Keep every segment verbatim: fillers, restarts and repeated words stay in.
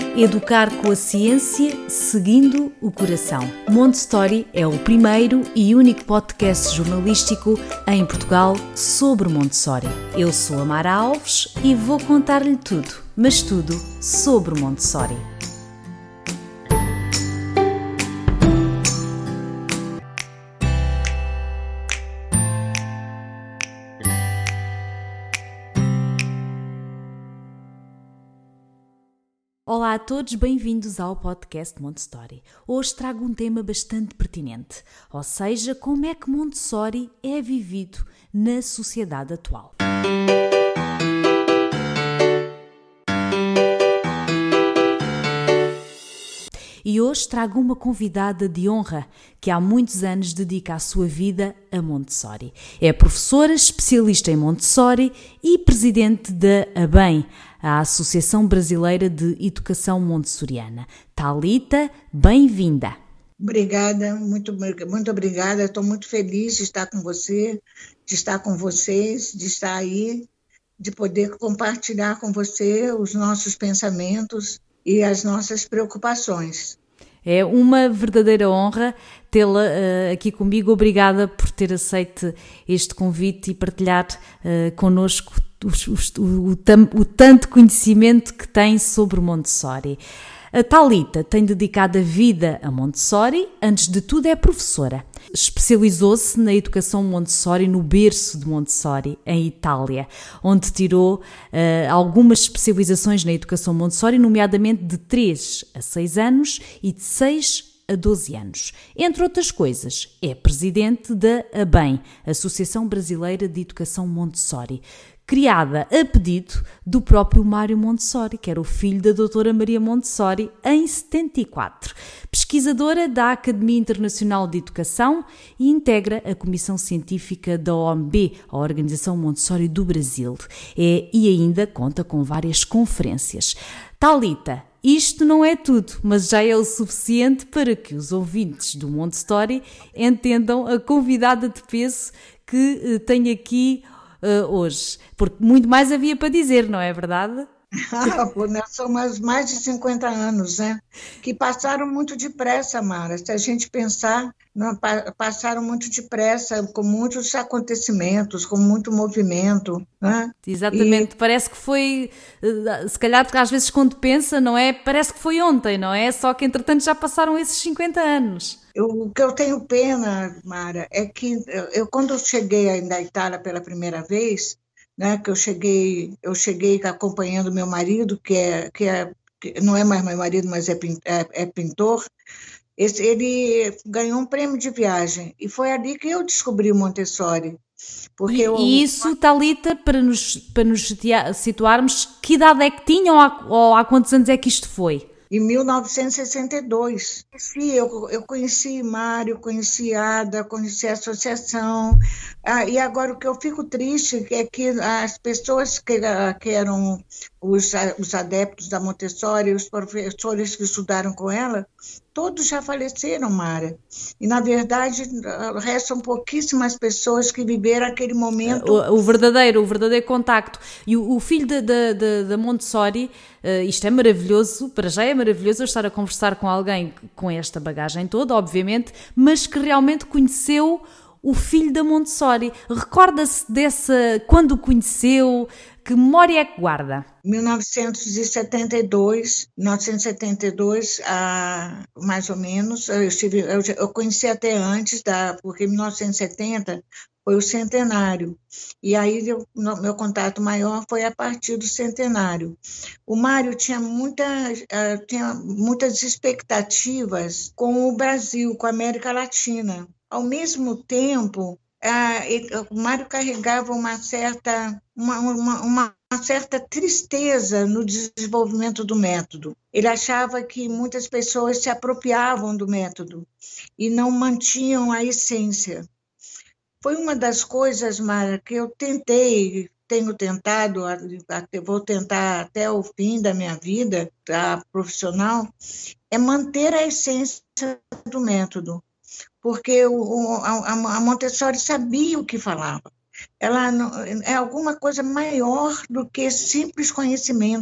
Educar com a ciência, seguindo o coração. Montessori é o primeiro e único podcast jornalístico em Portugal sobre Montessori. Eu sou a Mara Alves e vou contar-lhe tudo, mas tudo sobre Montessori. Olá a todos, bem-vindos ao podcast Montessori. Hoje trago um tema bastante pertinente, ou seja, como é que Montessori é vivido na sociedade atual. E hoje trago uma convidada de honra que há muitos anos dedica a sua vida a Montessori. É professora, especialista em Montessori e presidente da ABEM, a Associação Brasileira de Educação Montessoriana. Thalita, bem-vinda. Obrigada, muito, muito obrigada. Estou muito feliz de estar com você, de estar com vocês, de estar aí, de poder compartilhar com você os nossos pensamentos e as nossas preocupações. É uma verdadeira honra tê-la uh, aqui comigo. Obrigada por ter aceito este convite e partilhar uh, connosco os, os, o, o, o tanto conhecimento que tem sobre Montessori. A Thalita tem dedicado a vida a Montessori, antes de tudo é professora. Especializou-se na educação Montessori no berço de Montessori, em Itália, onde tirou uh, algumas especializações na educação Montessori, nomeadamente de três a seis anos e de seis a doze anos. Entre outras coisas, é presidente da ABEM, Associação Brasileira de Educação Montessori, criada a pedido do próprio Mário Montessori, que era o filho da doutora Maria Montessori, em setenta e quatro. Pesquisadora da Academia Internacional de Educação e integra a Comissão Científica da O M B, a Organização Montessori do Brasil, é, e ainda conta com várias conferências. Thalita, isto não é tudo, mas já é o suficiente para que os ouvintes do Montessori entendam a convidada de peso que uh, tem aqui Uh, hoje, porque muito mais havia para dizer, não é verdade? Ah, pô, nós somos mais de cinquenta anos, né? Que passaram muito depressa, Mara. Se a gente pensar, não, passaram muito depressa, com muitos acontecimentos, com muito movimento, né? Exatamente, e parece que foi, se calhar às vezes quando pensa, não é? Parece que foi ontem, não é? Só que entretanto já passaram esses cinquenta anos. Eu, o que eu tenho pena, Mara, é que eu, quando eu cheguei na Itália pela primeira vez, né, que eu cheguei, eu cheguei acompanhando meu marido, que, é, que, é, que não é mais meu marido, mas é, é, é pintor. Esse, ele ganhou um prêmio de viagem e foi ali que eu descobri o Montessori. Porque e, eu... e isso, Thalita, para nos, para nos situarmos, que idade é que tinha ou há, ou há quantos anos é que isto foi? Em mil novecentos e sessenta e dois. Eu, eu conheci Mário, conheci Ada, conheci a associação. Ah, e agora o que eu fico triste é que as pessoas que, que eram os, os adeptos da Montessori, os professores que estudaram com ela, todos já faleceram, Mara. E, na verdade, restam pouquíssimas pessoas que viveram aquele momento. O, o verdadeiro, o verdadeiro contacto. E o, o filho da, da, da, da Montessori, uh, isto é maravilhoso, para já é maravilhoso eu estar a conversar com alguém com esta bagagem toda, obviamente, mas que realmente conheceu o filho da Montessori. Recorda-se dessa, quando o conheceu, que memória é que guarda? mil novecentos e setenta e dois, mil novecentos e setenta e dois, ah, mais ou menos, eu, estive, eu, eu conheci até antes, da, porque em mil novecentos e setenta foi o centenário, e aí eu, meu contato maior foi a partir do centenário. O Mário tinha, muita, uh, tinha muitas expectativas com o Brasil, com a América Latina. Ao mesmo tempo, ah, ele, o Mário carregava uma certa, uma, uma, uma certa tristeza no desenvolvimento do método. Ele achava que muitas pessoas se apropriavam do método e não mantinham a essência. Foi uma das coisas, Mara, que eu tentei, tenho tentado, vou tentar até o fim da minha vida tá, profissional, é manter a essência do método. Porque o, a, a Montessori sabia o que falava. Ela não, é alguma coisa maior do que simples conhecimento.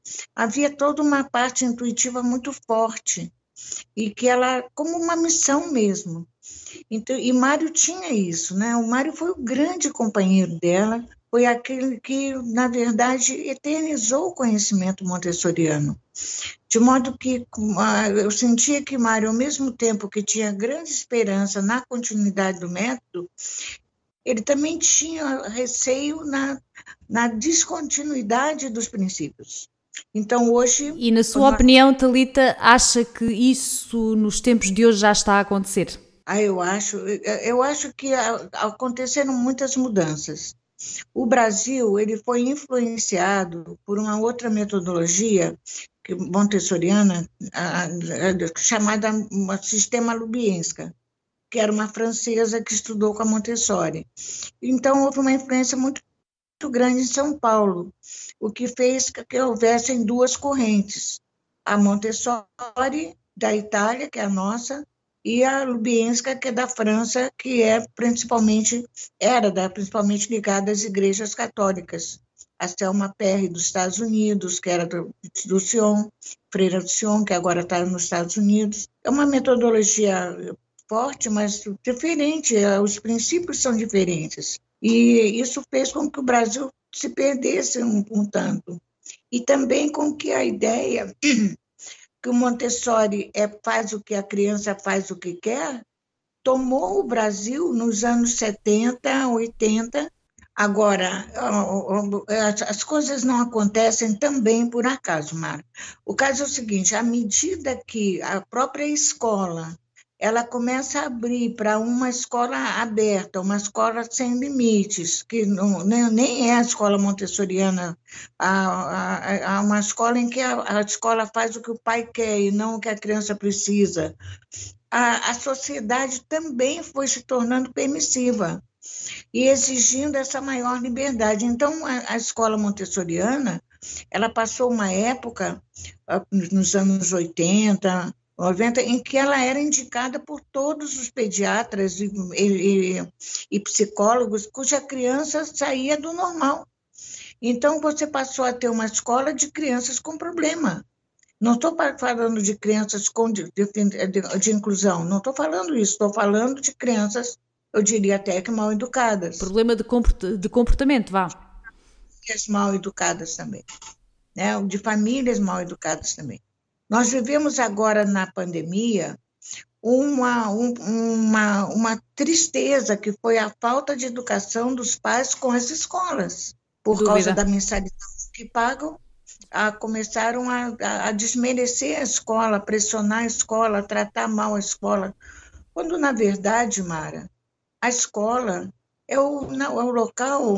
havia toda uma parte intuitiva muito forte, e que ela, como uma missão mesmo. Então, e Mário tinha isso, né? O Mário foi o grande companheiro dela, foi aquele que, na verdade, eternizou o conhecimento montessoriano. De modo que eu sentia que Mário, ao mesmo tempo que tinha grande esperança na continuidade do método, ele também tinha receio na, na descontinuidade dos princípios. Então, hoje... E, na sua opinião, Thalita, acha que isso, nos tempos de hoje, já está a acontecer? Ah, eu acho, eu acho que aconteceram muitas mudanças. O Brasil, ele foi influenciado por uma outra metodologia que, montessoriana, a, a, chamada Sistema Lubienska, que era uma francesa que estudou com a Montessori. Então, houve uma influência muito, muito grande em São Paulo, o que fez que houvessem duas correntes, a Montessori da Itália, que é a nossa, e a Lubienska, que é da França, que é principalmente, era da, principalmente ligada às igrejas católicas. A Selma Perry dos Estados Unidos, que era do, do Sion, Freira do Sion, que agora está nos Estados Unidos. É uma metodologia forte, mas diferente, os princípios são diferentes. E isso fez com que o Brasil se perdesse um, um tanto. E também com que a ideia... que o Montessori é, faz o que a criança faz o que quer, tomou o Brasil nos anos setenta, oitenta. Agora, as coisas não acontecem também por acaso, Mara. O caso é o seguinte, à medida que a própria escola ela começa a abrir para uma escola aberta, uma escola sem limites, que não, nem, nem é a escola montessoriana, há, uma escola em que a, a escola faz o que o pai quer e não o que a criança precisa. A, a sociedade também foi se tornando permissiva e exigindo essa maior liberdade. Então, a, a escola montessoriana, ela passou uma época, nos anos oitenta, noventa, em que ela era indicada por todos os pediatras e, e, e psicólogos, cuja criança saía do normal. Então, você passou a ter uma escola de crianças com problema. Não estou falando de crianças com de, de, de, de inclusão, não estou falando isso, estou falando de crianças, eu diria até que mal educadas. Problema de, comport, de comportamento, vá. Famílias mal educadas também, né? De famílias mal educadas também. Nós vivemos agora, na pandemia, uma, um, uma, uma tristeza, que foi a falta de educação dos pais com as escolas. Por Dúvida. Causa da mensalidade que pagam, a, começaram a, a desmerecer a escola, a pressionar a escola, a tratar mal a escola. Quando, na verdade, Mara, a escola é o, não, é o local,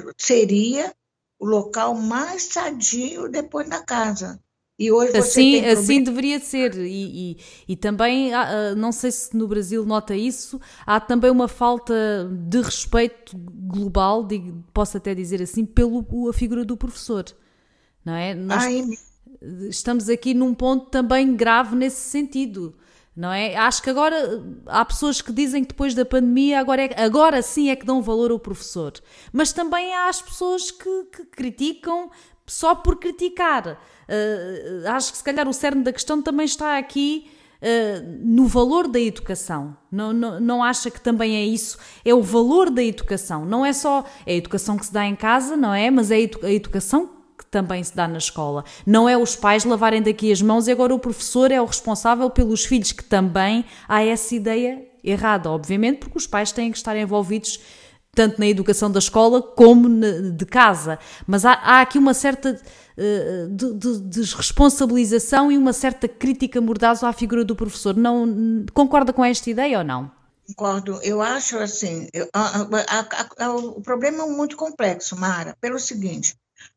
seria o local mais sadio depois da casa. E hoje você assim, tem assim deveria ser, e, e, e também, não sei se no Brasil nota isso, há também uma falta de respeito global, digo, posso até dizer assim, pela figura do professor, não é? Nós Ai. estamos aqui num ponto também grave nesse sentido, não é? Acho que agora há pessoas que dizem que depois da pandemia agora, é, agora sim é que dão valor ao professor, mas também há as pessoas que, que criticam só por criticar. Uh, acho que se calhar o cerne da questão também está aqui uh, no valor da educação. Não, não, não acha que também é isso? É o valor da educação. Não é só a educação que se dá em casa, não é? Mas é a, edu- a educação que também se dá na escola. Não é os pais lavarem daqui as mãos e agora o professor é o responsável pelos filhos, que também há essa ideia errada, obviamente, porque os pais têm que estar envolvidos tanto na educação da escola como na, de casa. Mas há, há aqui uma certa uh, de, de, desresponsabilização e uma certa crítica mordaz à figura do professor. Não, concorda com esta ideia ou não? Concordo. Eu acho assim, eu, a, a, a, o problema é muito complexo, Mara, pelo seguinte,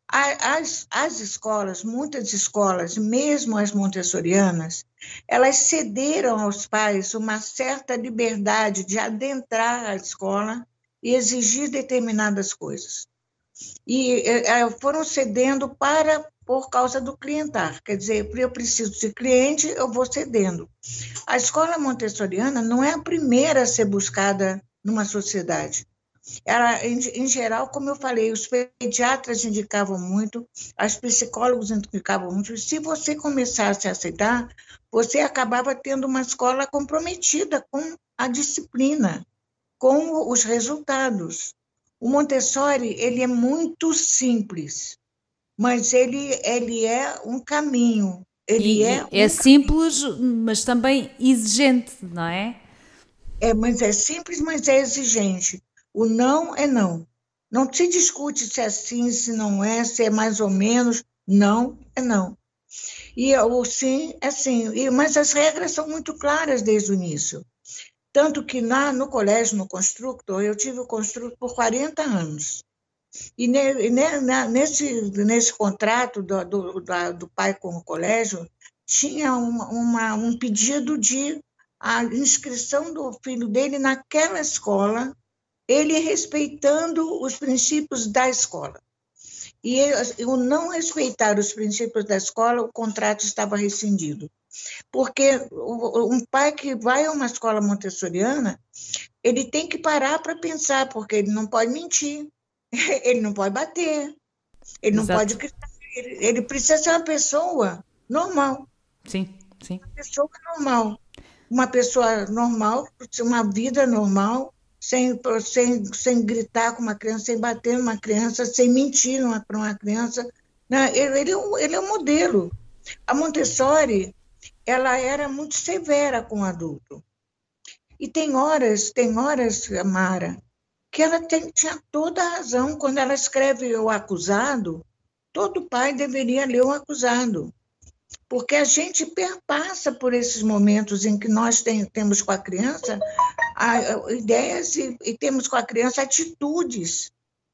as, as escolas, muitas escolas, mesmo as montessorianas, elas cederam aos pais uma certa liberdade de adentrar a escola e exigir determinadas coisas. E é, foram cedendo para, por causa do clientar, quer dizer, eu preciso de cliente, eu vou cedendo. A escola montessoriana não é a primeira a ser buscada numa sociedade. Era, em, em geral, como eu falei, os pediatras indicavam muito, as psicólogos indicavam muito. Se você começasse a aceitar, você acabava tendo uma escola comprometida com a disciplina, com os resultados. O Montessori, ele é muito simples, mas ele, ele é um caminho. Ele E, é e é um simples, mas também exigente, não é? É, mas é simples, mas é exigente. O não é não. Não se discute se é sim, se não é, se é mais ou menos. Não é não. E o sim é sim. E, mas as regras são muito claras desde o início. Tanto que na, no colégio, no Constructor, eu tive o Constructor por quarenta anos. E, ne, ne, na, nesse, nesse contrato do, do, da, do pai com o colégio, tinha uma, uma, um pedido de a inscrição do filho dele naquela escola, ele respeitando os princípios da escola. E o não respeitar os princípios da escola, o contrato estava rescindido. Porque um pai que vai a uma escola montessoriana, ele tem que parar para pensar, porque ele não pode mentir, ele não pode bater, ele não Exato. pode gritar, ele, ele precisa ser uma pessoa normal. Sim, sim. Uma pessoa normal. Uma pessoa normal, uma vida normal, sem, sem, sem gritar com uma criança, sem bater numa criança, sem mentir para uma criança. Ele, ele, é um, ele é um modelo. A Montessori, ela era muito severa com o adulto. E tem horas, tem horas, Mara, que ela tem, tinha toda a razão. Quando ela escreve o acusado, todo pai deveria ler o acusado. Porque a gente perpassa por esses momentos em que nós tem, temos com a criança a, a, ideias e, e temos com a criança atitudes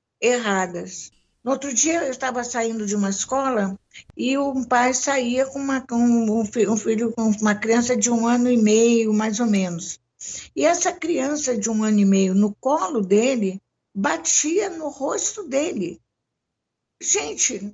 erradas. No outro dia, eu estava saindo de uma escola e um pai saía com, uma, com um, um filho, com uma criança de um ano e meio, mais ou menos. E essa criança de um ano e meio, no colo dele, batia no rosto dele. Gente...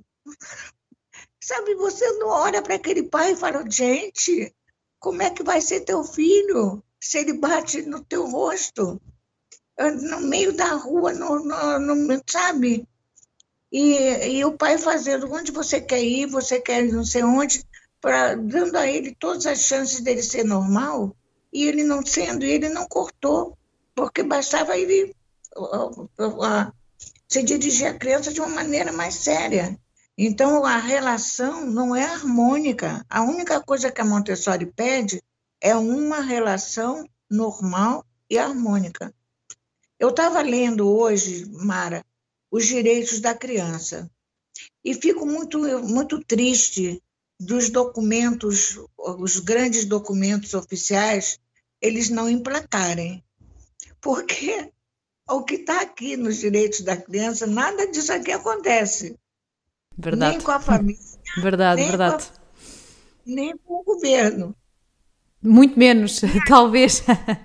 Sabe, você não olha para aquele pai e fala, gente, como é que vai ser teu filho se ele bate no teu rosto? No meio da rua, no, no, no, sabe? E, e o pai fazendo, onde você quer ir, você quer ir não sei onde, pra, dando a ele todas as chances dele ser normal, e ele não sendo, e ele não cortou, porque bastava ele uh, uh, uh, se dirigir à criança de uma maneira mais séria. Então, a relação não é harmônica. A única coisa que a Montessori pede é uma relação normal e harmônica. Eu estava lendo hoje, Mara, os direitos da criança, e fico muito, muito triste dos documentos, os grandes documentos oficiais, eles não emplacarem. Porque o que está aqui nos direitos da criança, nada disso aqui acontece. Verdade. Nem com a família, verdade, nem, verdade. Com a, nem com o governo. Muito menos, talvez.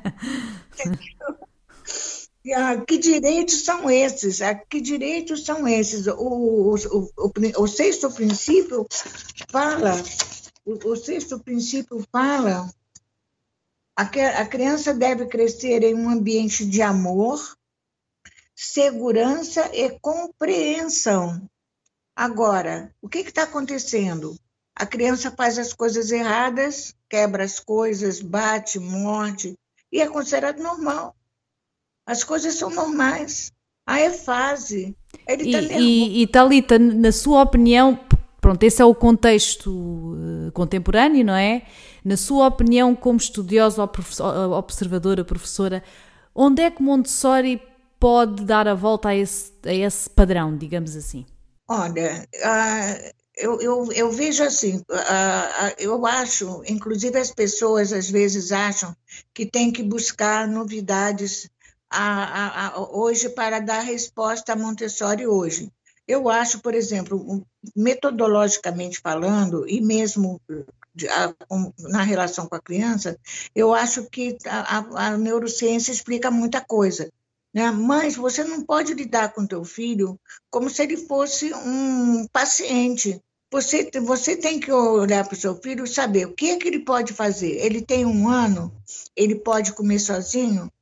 Que direitos são esses? Que direitos são esses? O, o, o, o, o sexto princípio fala, o, o sexto princípio fala, a, a criança deve crescer em um ambiente de amor, segurança e compreensão. Agora, o que está acontecendo? A criança faz as coisas erradas, quebra as coisas, bate, morde, e é considerado normal. As coisas são normais. Ah, é fase. Ele está nervoso. E, e Thalita, na sua opinião, pronto, esse é o contexto uh, contemporâneo, não é? Na sua opinião, como estudiosa, observadora, professora, onde é que Montessori pode dar a volta a esse, a esse padrão, digamos assim? Olha, uh, eu, eu, eu vejo assim, uh, eu acho, inclusive as pessoas às vezes acham que tem que buscar novidades a, a, a, hoje para dar resposta a Montessori hoje. Eu acho, por exemplo, metodologicamente falando, e mesmo na relação com a criança, eu acho que a, a neurociência explica muita coisa. Né? Mas você não pode lidar com teu filho como se ele fosse um paciente. Você, você tem que olhar para o seu filho e saber o que é que ele pode fazer. Ele tem um ano, ele pode comer sozinho,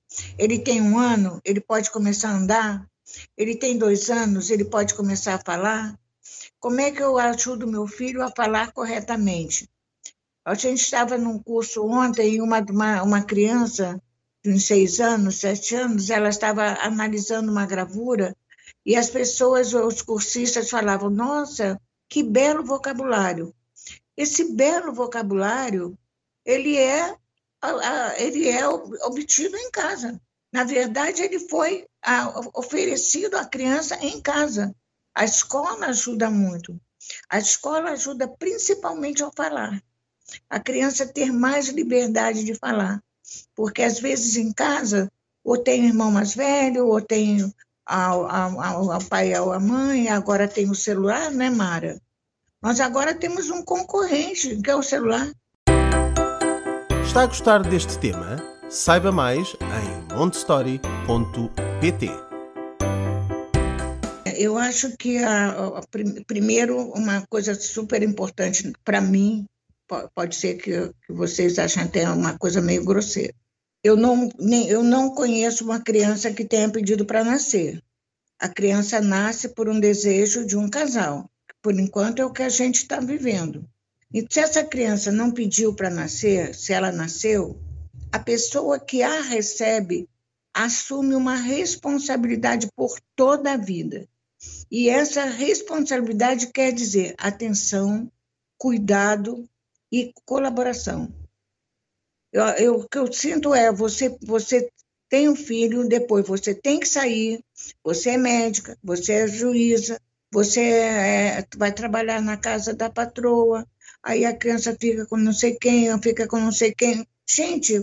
Ele tem um ano, ele pode começar a andar? Ele tem dois anos, ele pode começar a falar? Como é que eu ajudo meu filho a falar corretamente? A gente estava num curso ontem e uma, uma, uma criança de uns seis anos, sete anos, ela estava analisando uma gravura e as pessoas, os cursistas falavam, nossa, que belo vocabulário. Esse belo vocabulário, ele é, ele é obtido em casa. Na verdade, ele foi oferecido à criança em casa. A escola ajuda muito. A escola ajuda principalmente a falar. A criança ter mais liberdade de falar. Porque, às vezes, em casa, ou tem o irmão mais velho, ou tem o pai ou a mãe, agora tem o celular, né, Mara? Nós agora temos um concorrente, que é o celular. Está a gostar deste tema? Saiba mais em montessori ponto pt. Eu acho que, a, a, primeiro, uma coisa super importante para mim, pode ser que, que vocês achem até uma coisa meio grosseira. Eu não, nem, eu não conheço uma criança que tenha pedido para nascer. A criança nasce por um desejo de um casal. Por enquanto, é o que a gente está vivendo. E se essa criança não pediu para nascer, se ela nasceu, a pessoa que a recebe assume uma responsabilidade por toda a vida. E essa responsabilidade quer dizer atenção, cuidado e colaboração. Eu, eu, o que eu sinto é, você, você tem um filho, depois você tem que sair, você é médica, você é juíza, você é, vai trabalhar na casa da patroa, aí a criança fica com não sei quem, fica com não sei quem. Gente,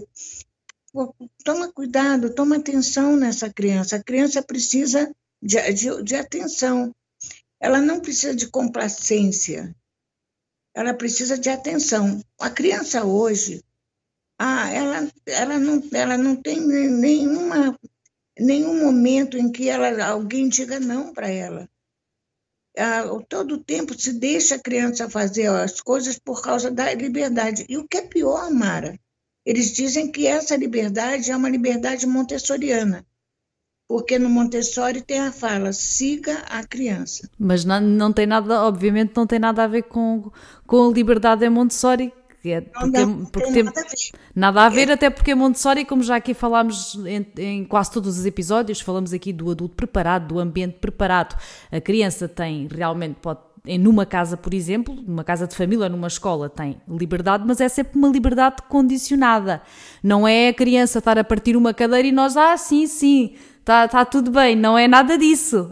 toma cuidado, toma atenção nessa criança. A criança precisa de, de, de atenção. Ela não precisa de complacência. Ela precisa de atenção. A criança hoje, ah, ela, ela, não, ela não tem nenhuma, nenhum momento em que ela, alguém diga não para ela. Ah, todo o tempo se deixa a criança fazer as coisas por causa da liberdade. E o que é pior, Mara, eles dizem que essa liberdade é uma liberdade montessoriana, porque no Montessori tem a fala, siga a criança. Mas não, não tem nada, obviamente, não tem nada a ver com, com a liberdade em Montessori. É porque, não, não porque tem tem nada a ver. Nada a ver, é. Até porque Montessori, como já aqui falámos em, em quase todos os episódios, falamos aqui do adulto preparado, do ambiente preparado. A criança tem realmente, pode, numa casa, por exemplo, numa casa de família ou numa escola, tem liberdade, mas é sempre uma liberdade condicionada. Não é a criança estar a partir uma cadeira e nós, ah, sim, sim, está tá tudo bem. Não é nada disso.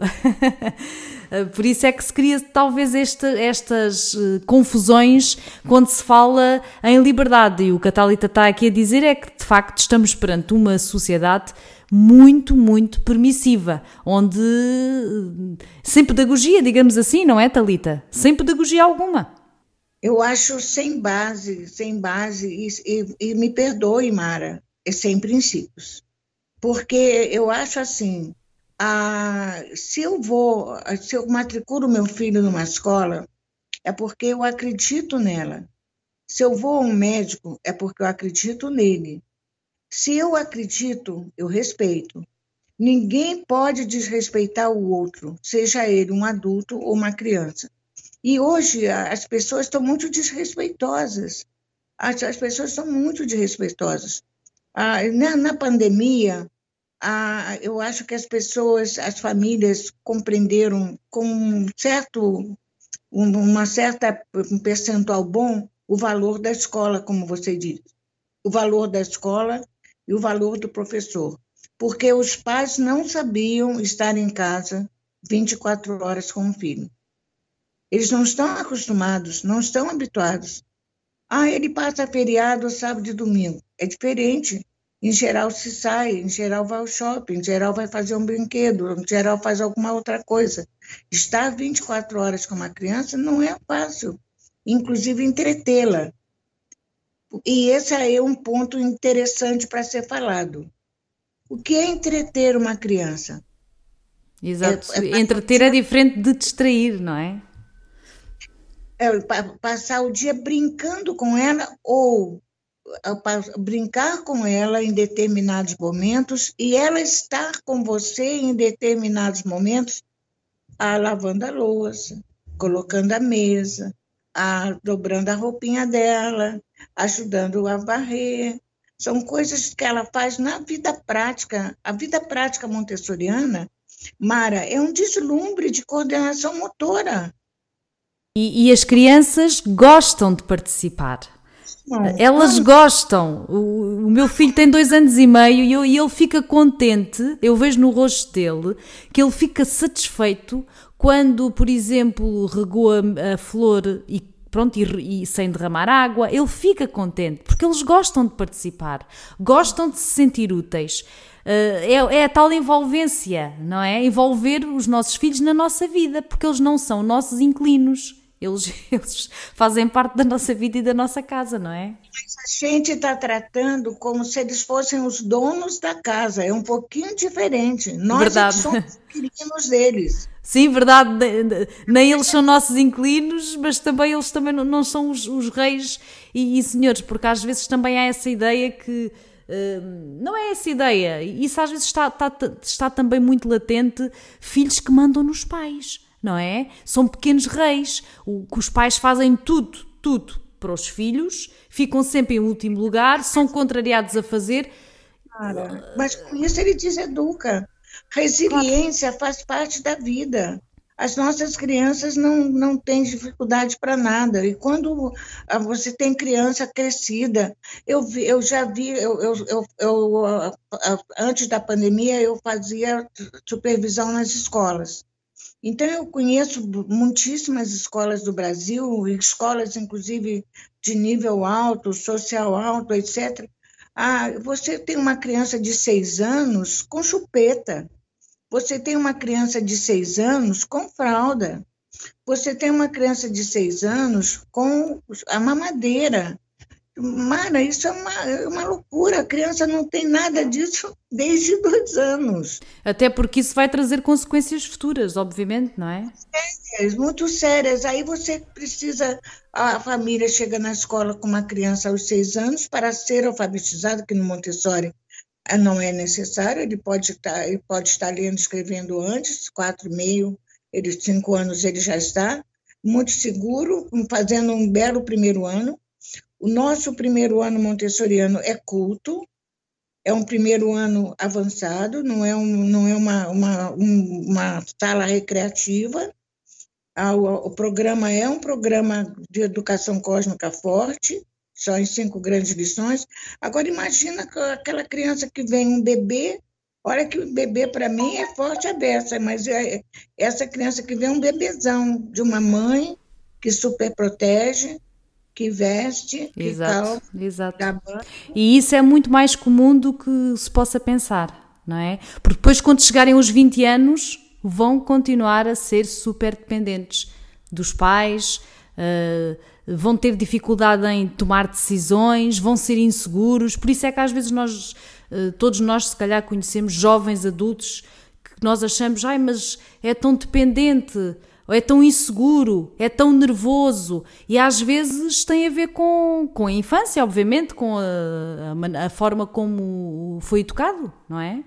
Por isso é que se cria talvez este, estas uh, confusões quando se fala em liberdade. E o que a Thalita está aqui a dizer é que, de facto, estamos perante uma sociedade muito, muito permissiva, onde uh, sem pedagogia, digamos assim, não é, Thalita? Sem pedagogia alguma. Eu acho sem base, sem base, e, e, e me perdoe, Mara, é sem princípios. Porque eu acho assim... Ah, se eu vou, se eu matriculo meu filho numa escola, é porque eu acredito nela. Se eu vou a um médico, é porque eu acredito nele. Se eu acredito, eu respeito. Ninguém pode desrespeitar o outro, seja ele um adulto ou uma criança. E hoje as pessoas estão muito desrespeitosas. As, as pessoas estão muito desrespeitosas. Ah, na, na pandemia, Ah, eu acho que as pessoas, as famílias compreenderam com um certo, uma certa um percentual bom o valor da escola, como você disse, o valor da escola e o valor do professor, porque os pais não sabiam estar em casa vinte e quatro horas com o filho. Eles não estão acostumados, não estão habituados. Ah, ele passa feriado sábado e domingo. É diferente. Em geral se sai, em geral vai ao shopping, em geral vai fazer um brinquedo, em geral faz alguma outra coisa. Estar vinte e quatro horas com uma criança não é fácil, inclusive entretê-la. E esse aí é um ponto interessante para ser falado. O que é entreter uma criança? Exato, é, é entreter é diferente de distrair, não é? É passar o dia brincando com ela ou brincar com ela em determinados momentos e ela estar com você em determinados momentos, a lavando a louça, colocando a mesa, a, dobrando a roupinha dela, ajudando a varrer. São coisas que ela faz na vida prática. A vida prática montessoriana, Mara, é um deslumbre de coordenação motora. E, e as crianças gostam de participar. Não, elas não. gostam. O, o meu filho tem dois anos e meio e, eu, e ele fica contente, eu vejo no rosto dele, que ele fica satisfeito quando, por exemplo, regou a, a flor e, pronto, e, e sem derramar água. Ele fica contente, porque eles gostam de participar, gostam de se sentir úteis. Uh, é, é a tal envolvência, não é? Envolver os nossos filhos na nossa vida, porque eles não são nossos inquilinos. Eles, eles fazem parte da nossa vida e da nossa casa, não é? Mas a gente está tratando como se eles fossem os donos da casa. É um pouquinho diferente. Nós verdade. somos inquilinos deles. Sim, verdade. Nem eles são nossos inquilinos, mas também eles também não são os, os reis e, e senhores, porque às vezes também há essa ideia que... Uh, não é essa ideia. Isso às vezes está, está, está também muito latente. Filhos que mandam nos pais, não é? São pequenos reis, o, que os pais fazem tudo, tudo para os filhos, ficam sempre em último lugar, são contrariados a fazer. Cara, mas com isso ele deseduca. Resiliência claro. Faz parte da vida. As nossas crianças não, não têm dificuldade para nada. E quando você tem criança crescida, eu, vi, eu já vi, eu, eu, eu, eu, antes da pandemia, eu fazia supervisão nas escolas. Então, eu conheço muitíssimas escolas do Brasil, escolas, inclusive, de nível alto, social alto, etcétera. Ah, você tem uma criança de seis anos com chupeta. Você tem uma criança de seis anos com fralda. Você tem uma criança de seis anos com a mamadeira. Mara, isso é uma, uma loucura. A criança não tem nada disso desde dois anos. Até porque isso vai trazer consequências futuras, obviamente, não é? Sérias, muito sérias. Aí você precisa... A família chega na escola com uma criança aos seis anos para ser alfabetizada, que no Montessori não é necessário, ele pode estar, ele pode estar lendo e escrevendo antes, quatro e meio, ele, cinco anos ele já está, muito seguro, fazendo um belo primeiro ano. O nosso primeiro ano montessoriano é culto, é um primeiro ano avançado, não é, um, não é uma, uma, uma sala recreativa. O, o programa é um programa de educação cósmica forte, só em cinco grandes lições. Agora, imagina aquela criança que vem, um bebê, olha que o bebê, para mim, é forte a beça, mas é essa criança que vem um bebezão de uma mãe que super protege, que veste, que exato, calma, exato. dá banho. E isso é muito mais comum do que se possa pensar, não é? Porque depois, quando chegarem aos vinte anos, vão continuar a ser super dependentes dos pais, uh, vão ter dificuldade em tomar decisões, vão ser inseguros. Por isso é que às vezes nós, todos nós se calhar conhecemos jovens adultos que nós achamos, ai, mas é tão dependente, ou é tão inseguro, é tão nervoso, e às vezes tem a ver com, com a infância, obviamente, com a, a, a forma como foi educado, não é?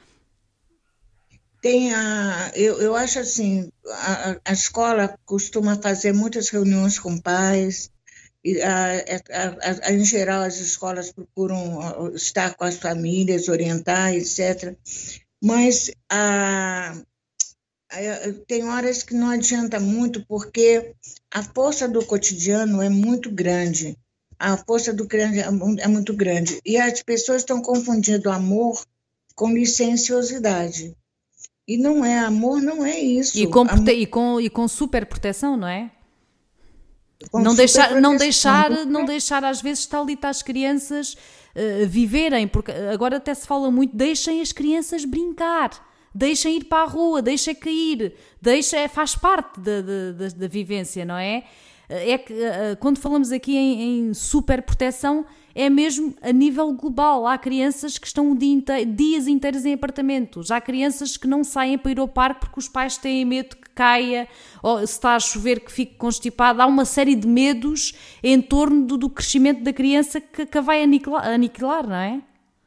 Tem a, eu, eu acho assim, a, a escola costuma fazer muitas reuniões com pais, e a, a, a, em geral as escolas procuram estar com as famílias, orientar, etcétera. Mas a, a, tem horas que não adianta muito, porque a força do cotidiano é muito grande, a força do grande é muito grande, e as pessoas estão confundindo amor com licenciosidade. E não é, amor não é isso. E com, amor... e com, e com super proteção, não é? Com não deixar, não, deixar, não deixar às vezes tal e tais crianças uh, viverem, porque agora até se fala muito, deixem as crianças brincar, deixem ir para a rua, deixem cair, deixem, faz parte da, da, da vivência, não é? É que uh, quando falamos aqui em, em super proteção, é mesmo a nível global. Há crianças que estão dia inteiro, dias inteiros em apartamentos. Há crianças que não saem para ir ao parque porque os pais têm medo que que caia, ou se está a chover que fique constipado. Há uma série de medos em torno do, do crescimento da criança que, que a vai aniquilar, aniquilar, não é?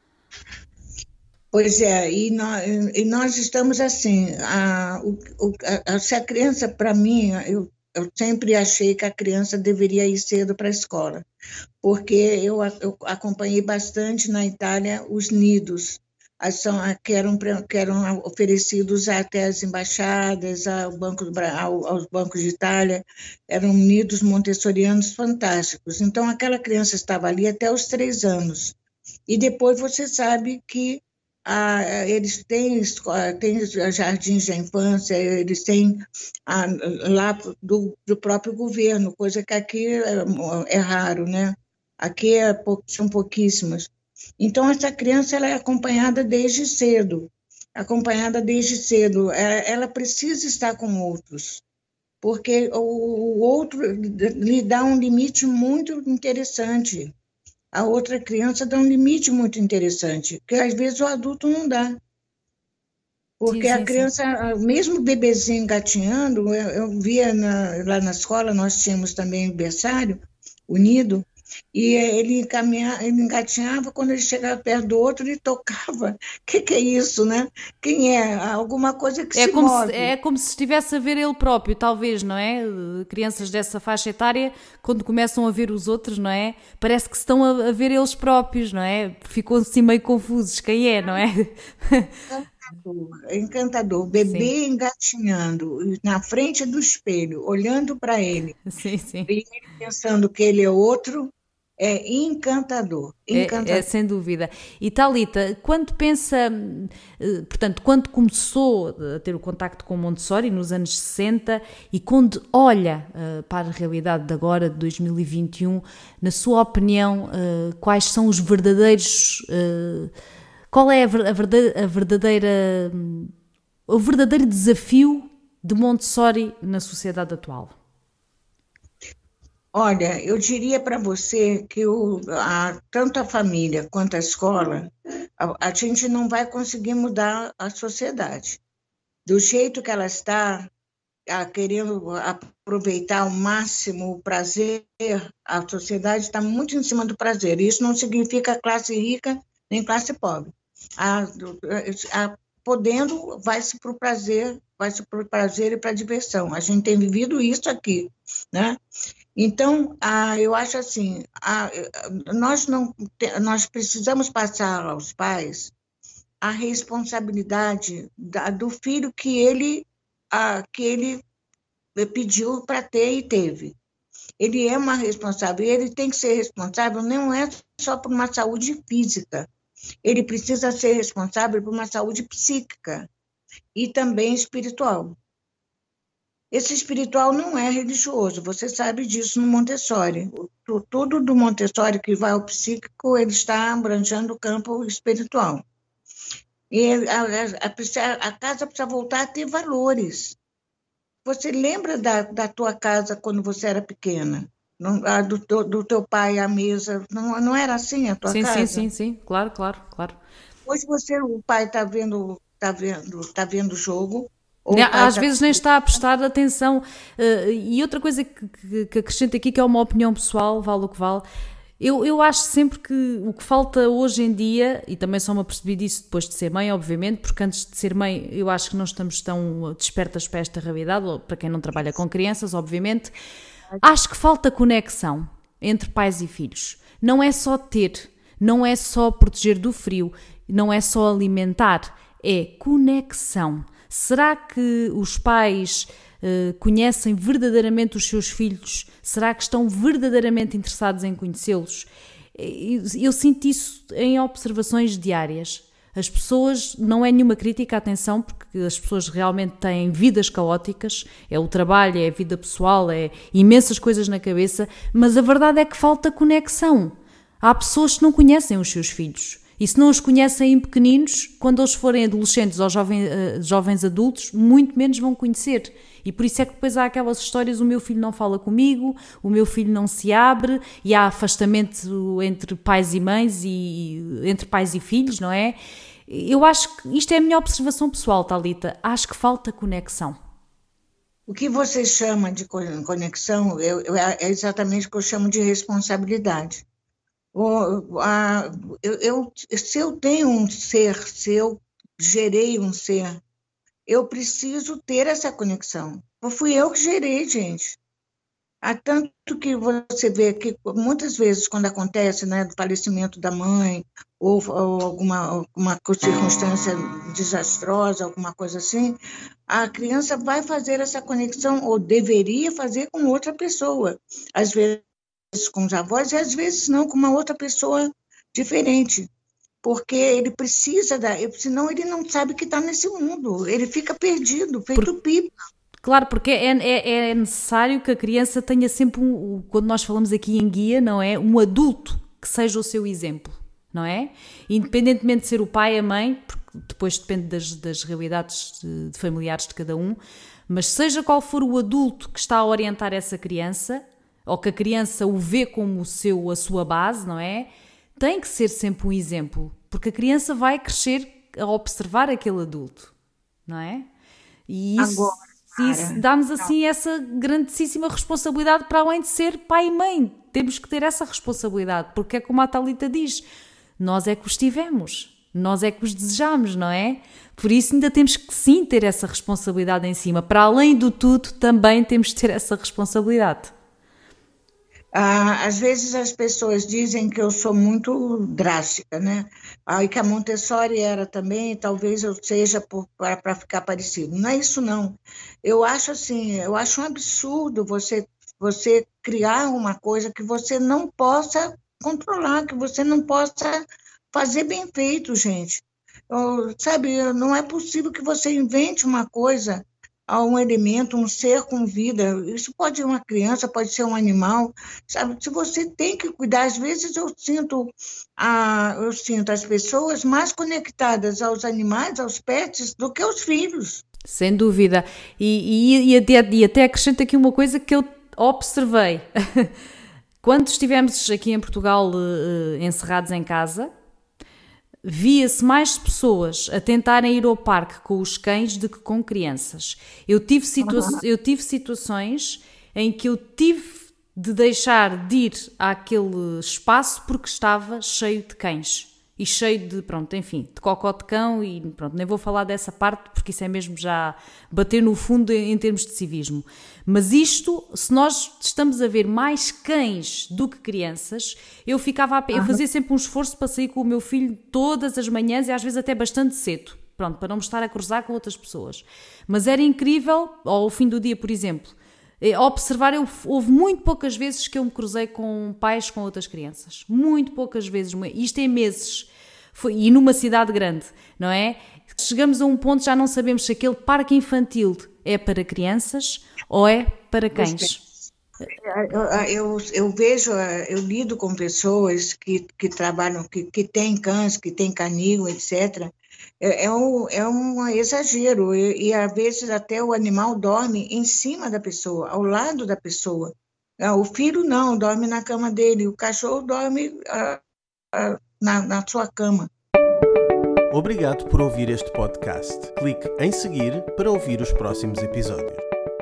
Pois é, e nós, e nós estamos assim, a, o, a, se a criança, para mim, eu, eu sempre achei que a criança deveria ir cedo para a escola, porque eu, eu acompanhei bastante na Itália os nidos, São, que, eram, que eram oferecidos até às embaixadas, ao banco do, ao, aos bancos de Itália, eram nidos montessorianos fantásticos. Então, aquela criança estava ali até os três anos. E depois você sabe que ah, eles têm, têm jardins da infância, eles têm ah, lá do, do próprio governo, coisa que aqui é, é raro, né? Aqui é, são pouquíssimas. Então, essa criança ela é acompanhada desde cedo, acompanhada desde cedo. Ela precisa estar com outros, porque o outro lhe dá um limite muito interessante. A outra criança dá um limite muito interessante, que às vezes o adulto não dá. Porque sim, sim, a criança, sim. Mesmo o bebezinho engatinhando, eu, eu via na, lá na escola, nós tínhamos também berçário unido, e ele, encaminhava, ele engatinhava, quando ele chegava perto do outro, ele tocava. O que, que é isso, né? Quem é? Alguma coisa que é se como move. Se, é como se estivesse a ver ele próprio, talvez, não é? Crianças dessa faixa etária, quando começam a ver os outros, não é? Parece que estão a, a ver eles próprios, não é? Ficam assim meio confusos. Quem é, não é? Encantador, encantador. O bebê sim. Engatinhando na frente do espelho, olhando para ele. Sim, sim. E ele pensando que ele é outro. É encantador, encantador. É, é, sem dúvida. E Thalita, quando pensa, portanto, quando começou a ter o contacto com Montessori, nos anos sessenta, e quando olha uh, para a realidade de agora, de dois mil e vinte e um, na sua opinião, uh, quais são os verdadeiros... Uh, qual é a verdadeira, a verdadeira, o verdadeiro desafio de Montessori na sociedade atual? Olha, eu diria para você que o, a, tanto a família quanto a escola, a, a gente não vai conseguir mudar a sociedade. Do jeito que ela está, a, querendo aproveitar ao máximo o prazer, a sociedade está muito em cima do prazer. Isso não significa classe rica nem classe pobre. A, a, podendo, vai-se para o prazer, vai-se para o prazer e para a diversão. A gente tem vivido isso aqui, né? Então, ah, eu acho assim, ah, nós, não, nós precisamos passar aos pais a responsabilidade da, do filho que ele, ah, que ele pediu para ter e teve. Ele é uma responsável, ele tem que ser responsável, não é só por uma saúde física, ele precisa ser responsável por uma saúde psíquica e também espiritual. Esse espiritual não é religioso, você sabe disso no Montessori. Tudo do Montessori que vai ao psíquico, ele está abrangendo o campo espiritual. E a, a, a casa precisa voltar a ter valores. Você lembra da, da tua casa quando você era pequena? Não, a, do, do teu pai, a mesa, não, não era assim a tua sim, casa? Sim, sim, sim, claro, claro, claro. Hoje você, o pai está vendo, tá vendo, tá vendo o jogo, às vezes nem está a prestar atenção. Uh, e outra coisa que, que, que acrescento aqui, que é uma opinião pessoal, vale o que vale, eu, eu acho sempre que o que falta hoje em dia, e também só me apercebi disso depois de ser mãe, obviamente, porque antes de ser mãe eu acho que não estamos tão despertas para esta realidade, ou para quem não trabalha com crianças, obviamente, acho que falta conexão entre pais e filhos. Não é só ter, não é só proteger do frio, não é só alimentar, é conexão. Será que os pais uh, conhecem verdadeiramente os seus filhos? Será que estão verdadeiramente interessados em conhecê-los? Eu, eu sinto isso em observações diárias. As pessoas, não é nenhuma crítica, atenção, porque as pessoas realmente têm vidas caóticas, é o trabalho, é a vida pessoal, é imensas coisas na cabeça, mas a verdade é que falta conexão. Há pessoas que não conhecem os seus filhos. E se não os conhecem em pequeninos, quando eles forem adolescentes ou jovens, uh, jovens adultos, muito menos vão conhecer. E por isso é que depois há aquelas histórias, o meu filho não fala comigo, o meu filho não se abre, e há afastamento entre pais e mães, e entre pais e filhos, não é? Eu acho que isto é a minha observação pessoal, Thalita. Acho que falta conexão. O que você chama de conexão eu, eu, é exatamente o que eu chamo de responsabilidade. O, a, eu, eu, se eu tenho um ser, se eu gerei um ser, eu preciso ter essa conexão. Não fui eu que gerei, gente. Há tanto que você vê que muitas vezes, quando acontece, né, do falecimento da mãe, ou, ou alguma, alguma circunstância desastrosa, alguma coisa assim, a criança vai fazer essa conexão, ou deveria fazer com outra pessoa. Às vezes com os avós, e às vezes não, com uma outra pessoa diferente. Porque ele precisa, da, senão ele não sabe que está nesse mundo, ele fica perdido, feito Por... pipa. Claro, porque é, é, é necessário que a criança tenha sempre, um, quando nós falamos aqui em guia, não é? Um adulto que seja o seu exemplo, não é? Independentemente de ser o pai, a mãe, porque depois depende das, das realidades de, de familiares de cada um, mas seja qual for o adulto que está a orientar essa criança, ou que a criança o vê como o seu, a sua base, não é? Tem que ser sempre um exemplo, porque a criança vai crescer a observar aquele adulto, não é? E isso... Agora, E isso dá-nos assim essa grandíssima responsabilidade para além de ser pai e mãe. Temos que ter essa responsabilidade, porque é como a Thalita diz, nós é que os tivemos, nós é que os desejamos, não é? Por isso ainda temos que sim ter essa responsabilidade em cima. Para além do tudo, também temos que ter essa responsabilidade. Ah, às vezes as pessoas dizem que eu sou muito drástica, né? Ah, e que a Montessori era também, talvez eu seja para ficar parecido. Não é isso, não. Eu acho assim, eu acho um absurdo você, você criar uma coisa que você não possa controlar, que você não possa fazer bem feito, gente. Eu, sabe, não é possível que você invente uma coisa a um elemento, um ser com vida. Isso pode ser uma criança, pode ser um animal, sabe? Se você tem que cuidar, às vezes eu sinto, a, eu sinto as pessoas mais conectadas aos animais, aos pets, do que aos filhos. Sem dúvida. E, e, e, até, e até acrescento aqui uma coisa que eu observei. Quando estivemos aqui em Portugal uh, encerrados em casa, via-se mais pessoas a tentarem ir ao parque com os cães do que com crianças. Eu tive, situa- uhum. eu tive situações em que eu tive de deixar de ir àquele espaço porque estava cheio de cães. E cheio de, pronto, enfim, de cocó de cão e pronto, nem vou falar dessa parte porque isso é mesmo já bater no fundo em termos de civismo. Mas isto, se nós estamos a ver mais cães do que crianças, eu ficava a, eu fazia sempre um esforço para sair com o meu filho todas as manhãs e às vezes até bastante cedo, pronto, para não me estar a cruzar com outras pessoas. Mas era incrível, ao fim do dia, por exemplo, observar, eu, houve muito poucas vezes que eu me cruzei com pais com outras crianças. Muito poucas vezes. Isto em meses. Foi, e numa cidade grande, não é? Chegamos a um ponto, já não sabemos se aquele parque infantil é para crianças ou é para cães. Eu, eu, eu vejo, eu lido com pessoas que, que trabalham, que, que têm cães, que têm canil, etcétera. É, é, um, é um exagero, e, e às vezes até o animal dorme em cima da pessoa, ao lado da pessoa. O filho não, dorme na cama dele, o cachorro dorme uh, uh, na, na sua cama. Obrigado por ouvir este podcast. Clique em seguir para ouvir os próximos episódios.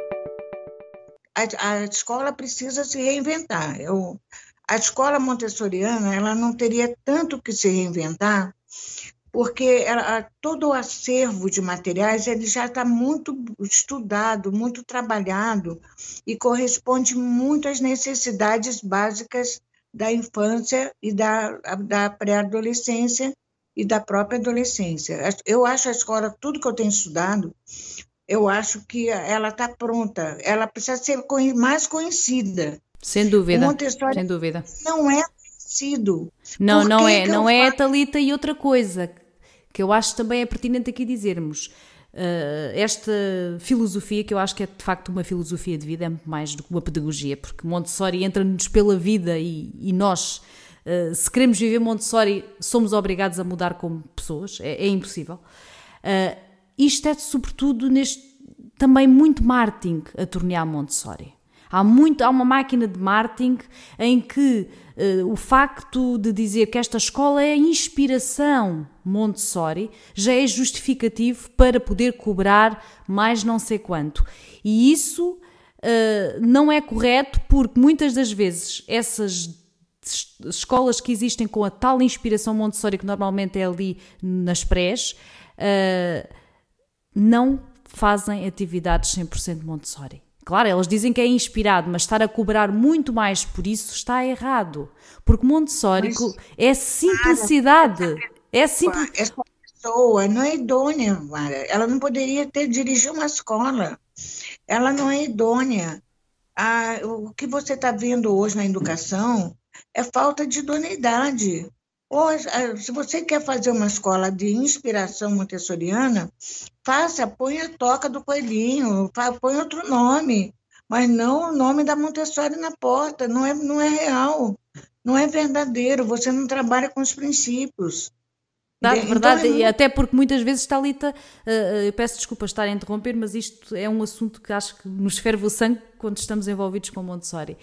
A, a escola precisa se reinventar. Eu, a escola montessoriana ela não teria tanto que se reinventar, porque ela, todo o acervo de materiais ele já está muito estudado, muito trabalhado e corresponde muito às necessidades básicas da infância e da, da pré-adolescência e da própria adolescência. Eu acho a escola, tudo que eu tenho estudado, eu acho que ela está pronta, ela precisa ser mais conhecida. Sem dúvida, sem dúvida. Não é conhecido. Não, não é, não é a Thalita e outra coisa que eu acho também é pertinente aqui dizermos. Uh, esta filosofia, que eu acho que é de facto uma filosofia de vida, é muito mais do que uma pedagogia, porque Montessori entra-nos pela vida e, e nós, uh, se queremos viver Montessori, somos obrigados a mudar como pessoas, é, é impossível. Uh, isto é sobretudo neste, também muito marketing a tornear Montessori. Há, muito, há uma máquina de marketing em que uh, o facto de dizer que esta escola é a inspiração Montessori, já é justificativo para poder cobrar mais não sei quanto. E isso uh, não é correto, porque muitas das vezes essas escolas que existem com a tal inspiração Montessori, que normalmente é ali nas prés, uh, não fazem atividades cem por cento Montessori. Claro, elas dizem que é inspirado, mas estar a cobrar muito mais por isso está errado. Porque Montessori mas, é simplicidade. Cara, é simples. Essa pessoa não é idônea, Mara. Ela não poderia ter dirigido uma escola. Ela não é idônea. Ah, o que você está vendo hoje na educação é falta de idoneidade. Hoje, se você quer fazer uma escola de inspiração montessoriana, faça, põe a toca do coelhinho, põe outro nome, mas não o nome da Montessori na porta. Não é, não é real, não é verdadeiro. Você não trabalha com os princípios. Verdade, verdade. Então, é... E até porque muitas vezes, Thalita, uh, eu peço desculpa estar a interromper, mas isto é um assunto que acho que nos ferve o sangue quando estamos envolvidos com Montessori.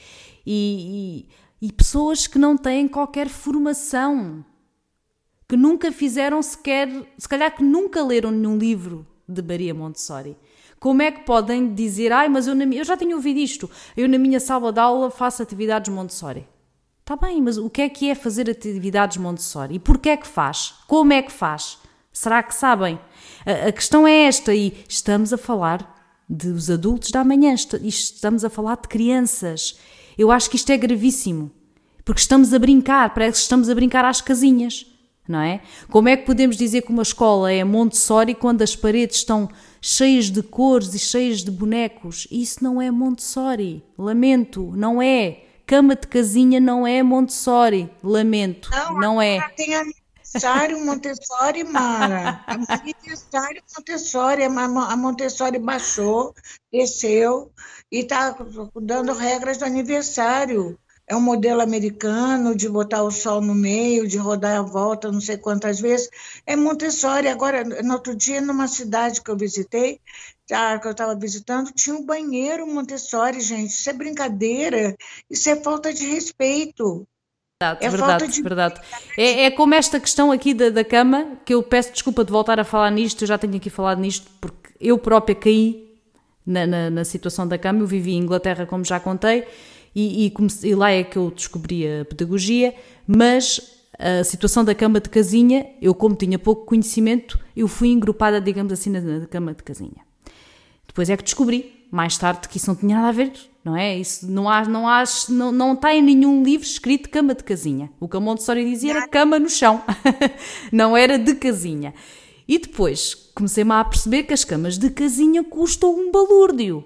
E, e, e pessoas que não têm qualquer formação, que nunca fizeram sequer, se calhar que nunca leram nenhum livro de Maria Montessori. Como é que podem dizer, ai, mas eu, na, eu já tinha ouvido isto, eu na minha sala de aula faço atividades Montessori. Está bem, mas o que é que é fazer atividades Montessori? E porquê é que faz? Como é que faz? Será que sabem? A, a questão é esta, e estamos a falar dos adultos da manhã, estamos a falar de crianças. Eu acho que isto é gravíssimo, porque estamos a brincar, parece que estamos a brincar às casinhas, não é? Como é que podemos dizer que uma escola é Montessori quando as paredes estão cheias de cores e cheias de bonecos? Isso não é Montessori, lamento, não é. Cama de casinha não é Montessori, lamento, não, não é. Tem aniversário Montessori, Mara. Aniversário Montessori, a Montessori baixou, desceu e está dando regras do aniversário. É um modelo americano de botar o sol no meio, de rodar a volta não sei quantas vezes. É Montessori. Agora, no outro dia, numa cidade que eu visitei, que eu estava visitando, tinha um banheiro Montessori, gente. Isso é brincadeira, isso é falta de respeito. Verdade, é verdade, falta de... verdade. É, é como esta questão aqui da, da cama, que eu peço desculpa de voltar a falar nisto, eu já tenho aqui falado nisto, porque eu própria caí na, na, na situação da cama. Eu vivi em Inglaterra, como já contei, e, e, comecei, e lá é que eu descobri a pedagogia, mas a situação da cama de casinha, eu como tinha pouco conhecimento, eu fui engrupada, digamos assim, na, na cama de casinha. Depois é que descobri, mais tarde, que isso não tinha nada a ver, não é? Isso não, há, não, há, não, não está em nenhum livro escrito cama de casinha. O que a Montessori dizia era cama no chão, não era de casinha. E depois comecei-me a perceber que as camas de casinha custam um balúrdio.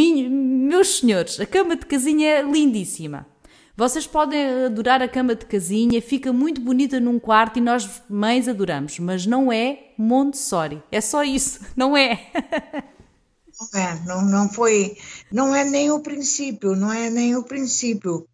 Meus senhores, a cama de casinha é lindíssima. Vocês podem adorar a cama de casinha, fica muito bonita num quarto e nós mães adoramos, mas não é Montessori. É só isso, não é? Não é, não, não foi, não é nem o princípio, não é nem o princípio.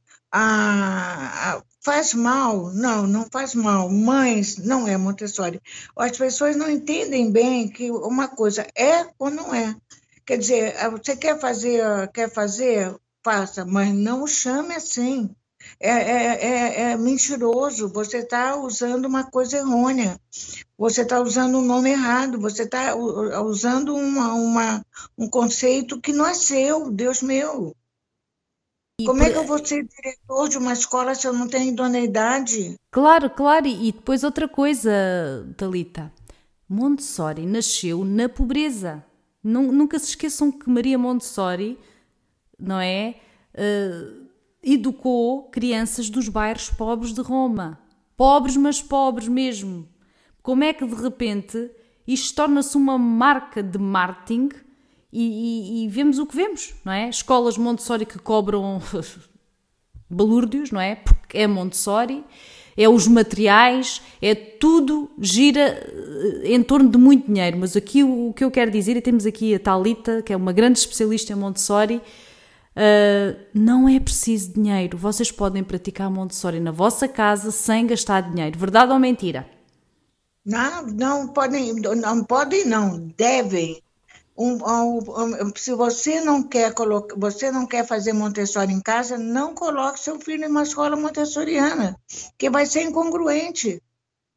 Ah, faz mal? Não, não faz mal. Mães, não é Montessori. As pessoas não entendem bem que uma coisa é ou não é. Quer dizer, você quer fazer, quer fazer, faça, mas não chame assim. É, é, é, é mentiroso, você está usando uma coisa errônea, você está usando um nome errado, você está usando uma, uma, um conceito que não é seu, Deus meu. E Como por... é que eu vou ser diretor de uma escola se eu não tenho idoneidade? Claro, claro, e depois outra coisa, Thalita, Montessori nasceu na pobreza. Nunca se esqueçam que Maria Montessori, não é, uh, educou crianças dos bairros pobres de Roma. Pobres, mas pobres mesmo. Como é que de repente isto torna-se uma marca de marketing e, e, e vemos o que vemos, não é? Escolas Montessori que cobram balúrdios, não é? Porque é Montessori, é os materiais, é tudo gira em torno de muito dinheiro. Mas aqui o que eu quero dizer, e temos aqui a Thalita, que é uma grande especialista em Montessori, uh, não é preciso dinheiro. Vocês podem praticar Montessori na vossa casa sem gastar dinheiro. Verdade ou mentira? Não, não podem, não podem, não, devem. Um, um, um, se você não quer colocar, você não quer fazer Montessori em casa, não coloque seu filho em uma escola montessoriana, que vai ser incongruente.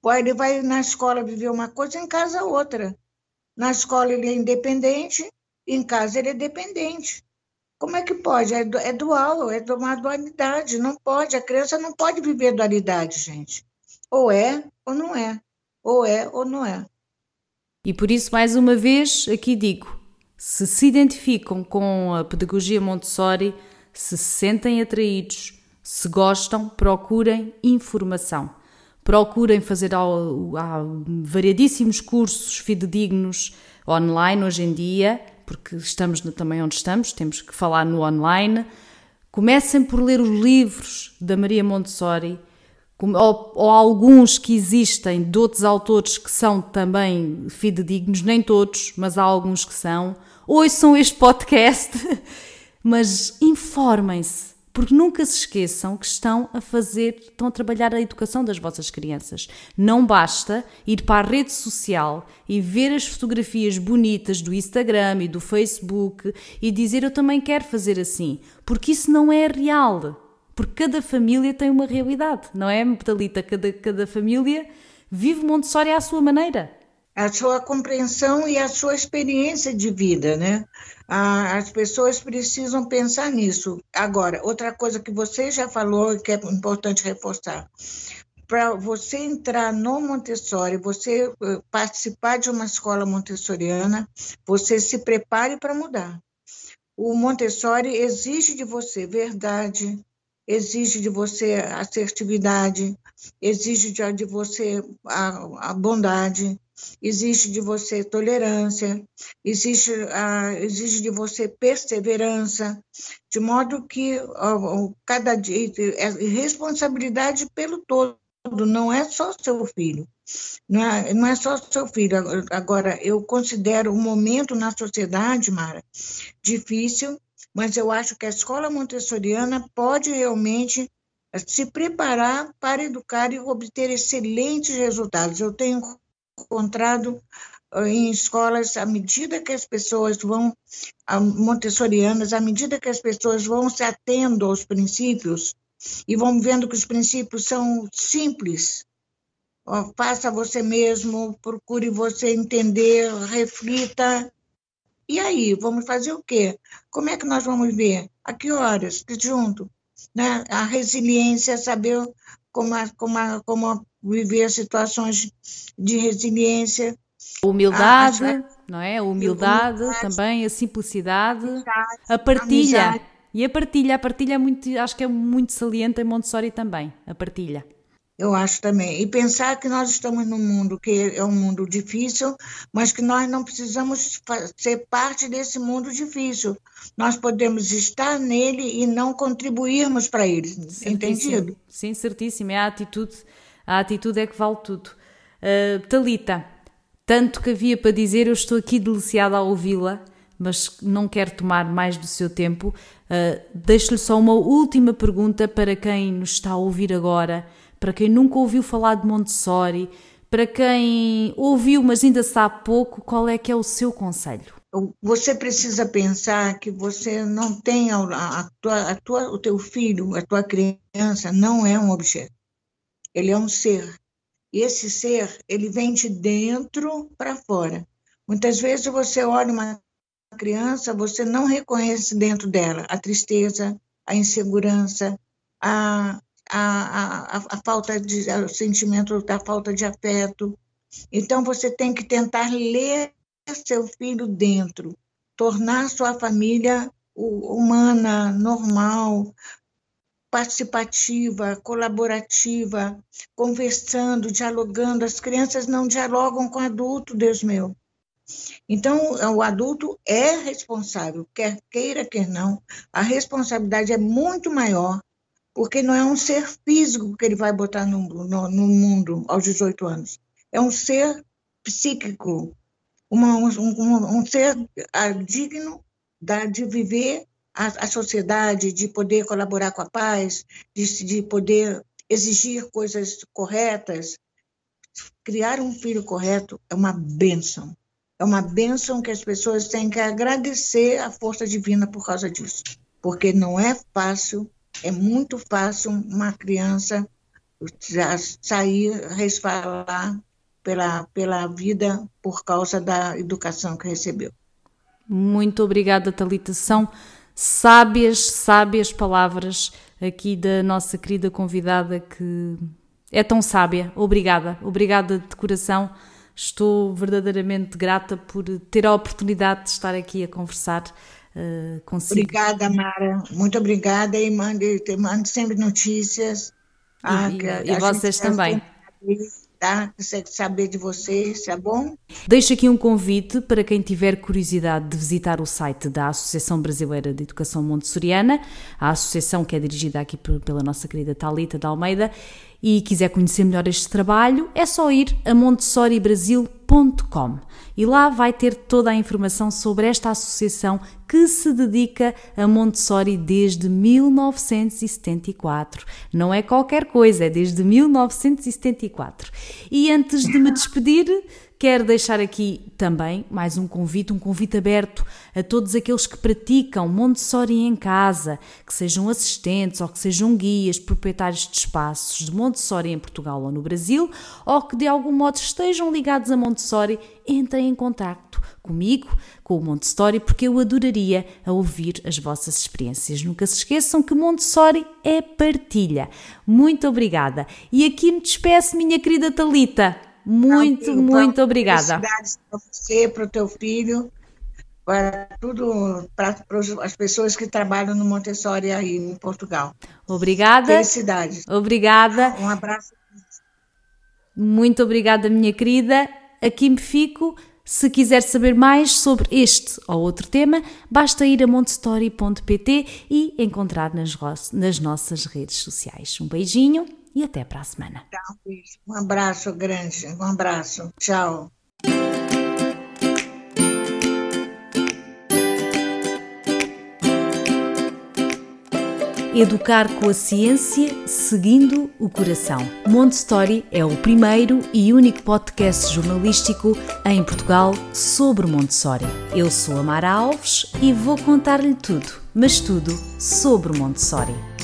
Ele vai na escola viver uma coisa, em casa outra. Na escola ele é independente, em casa ele é dependente. Como é que pode? É, é dual, é uma dualidade. Não pode, a criança não pode viver dualidade, gente. Ou é ou não é. Ou é ou não é. E por isso, mais uma vez, aqui digo, se se identificam com a pedagogia Montessori, se se sentem atraídos, se gostam, procurem informação. Procurem fazer, há variadíssimos cursos fidedignos online hoje em dia, porque estamos também onde estamos, temos que falar no online. Comecem por ler os livros da Maria Montessori, ou, ou alguns que existem de outros autores que são também fidedignos, nem todos, mas há alguns que são. Ouçam este podcast, mas informem-se. Porque nunca se esqueçam que estão a fazer, estão a trabalhar a educação das vossas crianças. Não basta ir para a rede social e ver as fotografias bonitas do Instagram e do Facebook e dizer eu também quero fazer assim. Porque isso não é real. Porque cada família tem uma realidade, não é, Thalita? Cada, cada família vive Montessori à sua maneira. A sua compreensão e a sua experiência de vida, né? As pessoas precisam pensar nisso. Agora, outra coisa que você já falou e que é importante reforçar, para você entrar no Montessori, você participar de uma escola montessoriana, você se prepare para mudar. O Montessori exige de você verdade, exige de você assertividade, exige de, de você a, a bondade, exige de você tolerância, exige, uh, exige de você perseverança, de modo que uh, cada dia é responsabilidade pelo todo, não é só seu filho, não é, não é só seu filho. Agora, eu considero um momento na sociedade, Mara, difícil, mas eu acho que a escola montessoriana pode realmente se preparar para educar e obter excelentes resultados. Eu tenho encontrado em escolas, à medida que as pessoas vão, montessorianas, à medida que as pessoas vão se atendo aos princípios e vão vendo que os princípios são simples, ó, faça você mesmo, procure você entender, reflita. E aí, vamos fazer o quê? Como é que nós vamos ver? A que horas? Junto, né? A resiliência, saber como, como, como viver situações de resiliência. A humildade, a, a, não é? A humildade, a humildade também, a simplicidade, amizade, a partilha. Amizade. E a partilha, a partilha é muito, acho que é muito saliente em Montessori também, a partilha. Eu acho também. E pensar que nós estamos num mundo que é um mundo difícil, mas que nós não precisamos ser parte desse mundo difícil. Nós podemos estar nele e não contribuirmos para ele. Certíssimo. Entendido? Sim, certíssimo. É a atitude. A atitude é que vale tudo. Uh, Thalita, tanto que havia para dizer, eu estou aqui deliciada a ouvi-la, mas não quero tomar mais do seu tempo. Uh, deixo-lhe só uma última pergunta para quem nos está a ouvir agora, para quem nunca ouviu falar de Montessori, para quem ouviu, mas ainda sabe pouco, qual é que é o seu conselho? Você precisa pensar que você não tem, a, a tua, a tua, o teu filho, a tua criança, não é um objeto. Ele é um ser. E esse ser, ele vem de dentro para fora. Muitas vezes você olha uma criança, você não reconhece dentro dela a tristeza, a insegurança, a... A, a, a falta de o sentimento da falta de afeto. Então você tem que tentar ler seu filho dentro, tornar sua família humana, normal, participativa, colaborativa, conversando, dialogando. As crianças não dialogam com adulto, Deus meu. Então, o adulto é responsável, quer queira, quer não. A responsabilidade é muito maior, porque não é um ser físico que ele vai botar no, no, no mundo aos dezoito anos. É um ser psíquico, uma, um, um, um ser digno da, de viver a, a sociedade, de poder colaborar com a paz, de, de poder exigir coisas corretas. Criar um filho correto é uma bênção. É uma bênção que as pessoas têm que agradecer a força divina por causa disso. Porque não é fácil. É muito fácil uma criança já sair, resvalar pela, pela vida por causa da educação que recebeu. Muito obrigada, Thalita. São sábias, sábias palavras aqui da nossa querida convidada, que é tão sábia. Obrigada, obrigada de coração. Estou verdadeiramente grata por ter a oportunidade de estar aqui a conversar uh, consigo. Obrigada, Mara. Muito obrigada e mande, mande sempre notícias. E, ah, e, e vocês também. Tá? Saber de vocês, tá bom? Deixo aqui um convite para quem tiver curiosidade de visitar o site da Associação Brasileira de Educação Montessoriana, a associação que é dirigida aqui pela nossa querida Thalita de Almeida, e quiser conhecer melhor este trabalho, é só ir a montessori brasil ponto com e lá vai ter toda a informação sobre esta associação que se dedica a Montessori desde mil novecentos e setenta e quatro. Não é qualquer coisa, é desde mil novecentos e setenta e quatro. E antes de me despedir, quero deixar aqui também mais um convite, um convite aberto a todos aqueles que praticam Montessori em casa, que sejam assistentes ou que sejam guias, proprietários de espaços de Montessori em Portugal ou no Brasil, ou que de algum modo estejam ligados a Montessori, entrem em contacto comigo, com o Montessori, porque eu adoraria a ouvir as vossas experiências. Nunca se esqueçam que Montessori é partilha. Muito obrigada. E aqui me despeço, minha querida Thalita. Muito, Não, muito obrigada. Felicidades para você, para o teu filho, para tudo, para as pessoas que trabalham no Montessori aí em Portugal. Obrigada. Felicidades. Obrigada. Um abraço. Muito obrigada, minha querida. Aqui me fico. Se quiser saber mais sobre este ou outro tema, basta ir a montessori ponto pt e encontrar nas, nas nossas redes sociais. Um beijinho e até para a semana. Um abraço grande, um abraço. Tchau. Educar com a ciência, seguindo o coração. Montessori é o primeiro e único podcast jornalístico em Portugal sobre Montessori. Eu sou a Mara Alves e vou contar-lhe tudo, mas tudo sobre Montessori.